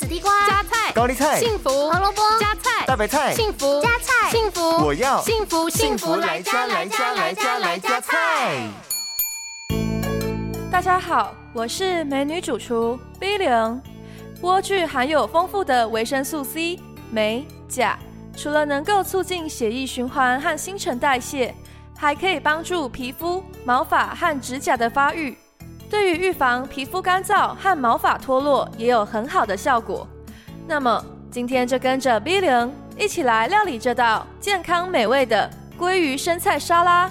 地瓜、 加菜、 高丽菜、 幸福、 胡萝卜、 加菜、 大白菜、 幸福、 加菜、 幸福， 我要幸福幸福来家来家来家来家菜。 大家好，我是美女主厨 B 零。莴苣含有丰富的维生素 C、镁、钾，除了能够促进血液循环和新陈代谢，还可以帮助皮肤、毛发和指甲的发育，对于预防皮肤干燥和毛发脱落也有很好的效果。那么今天就跟着 B 零一起来料理这道健康美味的鲑鱼生菜沙拉。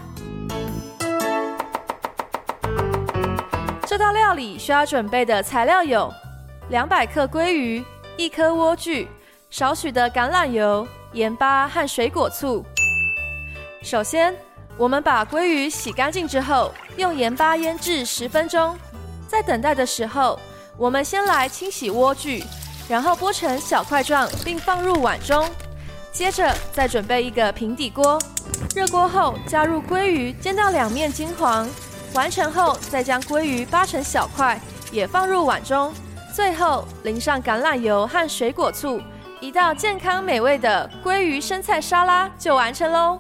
这道料理需要准备的材料有200克鲑鱼、1颗莴苣、少许的橄榄油、盐巴和水果醋。首先，我们把鲑鱼洗干净之后，用盐巴腌制10分钟。在等待的时候，我们先来清洗莴苣，然后剥成小块状，并放入碗中。接着再准备一个平底锅，热锅后加入鲑鱼，煎到两面金黄。完成后，再将鲑鱼扒成小块，也放入碗中。最后淋上橄榄油和水果醋，一道健康美味的鲑鱼生菜沙拉就完成喽。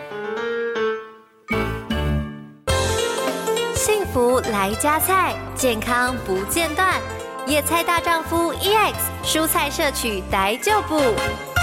幸福来加菜，健康不间断。野菜大丈夫 EX 蔬菜摄取逮就补。